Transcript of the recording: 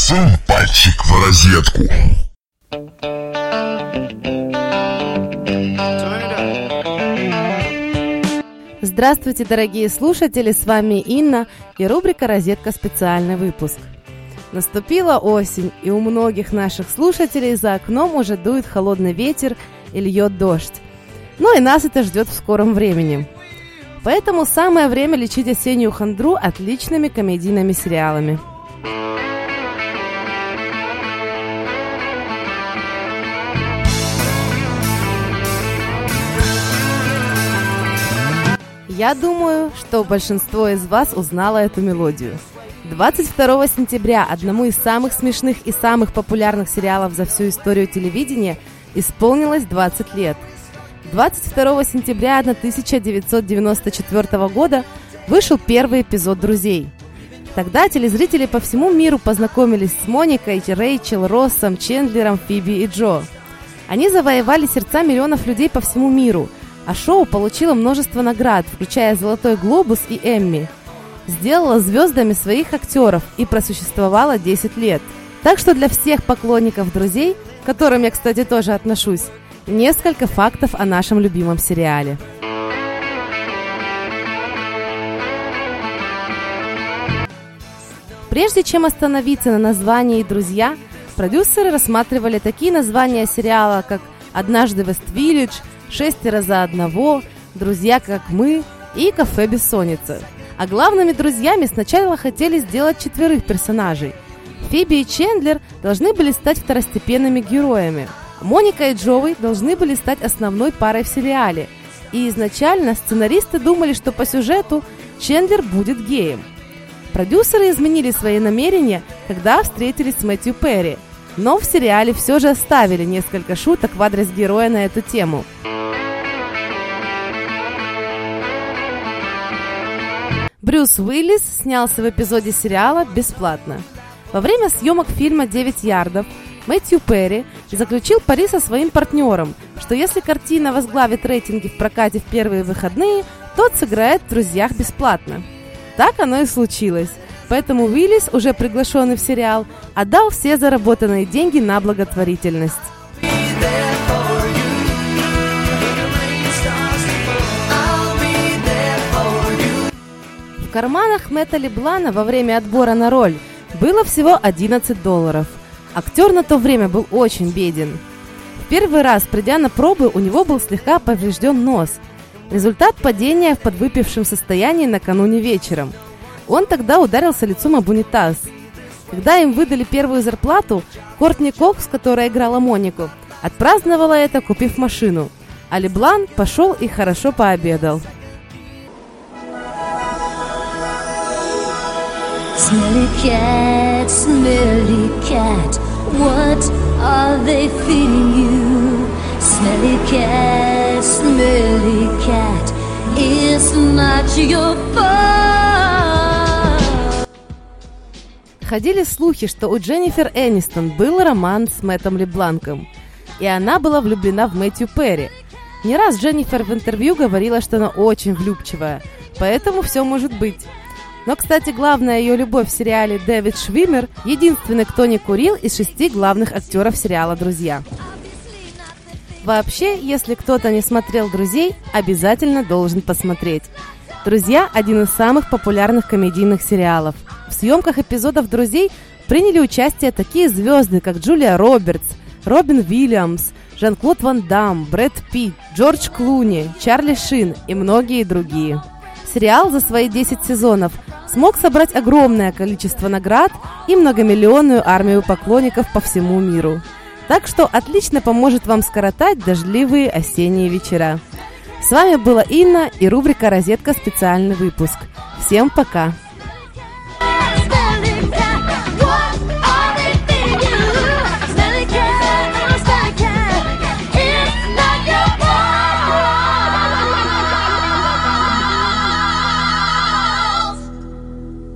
Засунь пальчик в розетку. Здравствуйте, дорогие слушатели, с вами Инна и рубрика «Розетка. Специальный выпуск». Наступила осень, и у многих наших слушателей за окном уже дует холодный ветер и льет дождь. Ну и нас это ждет в скором времени. Поэтому самое время лечить осеннюю хандру отличными комедийными сериалами. Я думаю, что большинство из вас узнало эту мелодию. 22 сентября одному из самых смешных и самых популярных сериалов за всю историю телевидения исполнилось 20 лет. 22 сентября 1994 года вышел первый эпизод «Друзей». Тогда телезрители по всему миру познакомились с Моникой, Рэйчел, Россом, Чендлером, Фиби и Джо. Они завоевали сердца миллионов людей по всему миру, а шоу получило множество наград, включая «Золотой глобус» и «Эмми». Сделала звездами своих актеров и просуществовала 10 лет. Так что для всех поклонников «Друзей», к которым я, кстати, тоже отношусь, несколько фактов о нашем любимом сериале. Прежде чем остановиться на названии «Друзья», продюсеры рассматривали такие названия сериала, как «Однажды в Вест-Виллидж», «Шестеро за одного», «Друзья, как мы» и «Кафе бессонница». А главными друзьями сначала хотели сделать 4 персонажей. Фиби и Чендлер должны были стать второстепенными героями. Моника и Джоуи должны были стать основной парой в сериале. И изначально сценаристы думали, что по сюжету Чендлер будет геем. Продюсеры изменили свои намерения, когда встретились с Мэтью Перри. Но в сериале все же оставили несколько шуток в адрес героя на эту тему. Брюс Уиллис снялся в эпизоде сериала бесплатно. Во время съемок фильма «9 ярдов» Мэтью Перри заключил пари со своим партнером, что если картина возглавит рейтинги в прокате в первые выходные, тот сыграет в «Друзьях» бесплатно. Так оно и случилось. Поэтому Уиллис, уже приглашенный в сериал, отдал все заработанные деньги на благотворительность. В карманах Мэтта Леблана во время отбора на роль было всего $11. Актер на то время был очень беден. В первый раз, придя на пробы, у него был слегка поврежден нос. Результат падения в подвыпившем состоянии накануне вечером. Он тогда ударился лицом об унитаз. Когда им выдали первую зарплату, Кортни Кокс, которая играла Монику, отпраздновала это, купив машину. А Леблан пошел и хорошо пообедал. Smelly cat, what are they feeding you? Smelly cat, it's not your fault. Ходили слухи, что у Дженнифер Энистон был роман с Мэттом Лебланком, и она была влюблена в Мэтью Перри. Не раз Дженнифер в интервью говорила, что она очень влюбчивая, поэтому все может быть. Но, кстати, главная ее любовь в сериале Дэвид Швиммер – единственный, кто не курил из 6 главных актеров сериала «Друзья». Вообще, если кто-то не смотрел «Друзей», обязательно должен посмотреть. «Друзья» – один из самых популярных комедийных сериалов. В съемках эпизодов «Друзей» приняли участие такие звезды, как Джулия Робертс, Робин Уильямс, Жан-Клод Ван Дамм, Брэд Питт, Джордж Клуни, Чарли Шин и многие другие. Сериал за свои 10 сезонов смог собрать огромное количество наград и многомиллионную армию поклонников по всему миру. Так что отлично поможет вам скоротать дождливые осенние вечера. С вами была Инна и рубрика «Розетка. Специальный выпуск». Всем пока!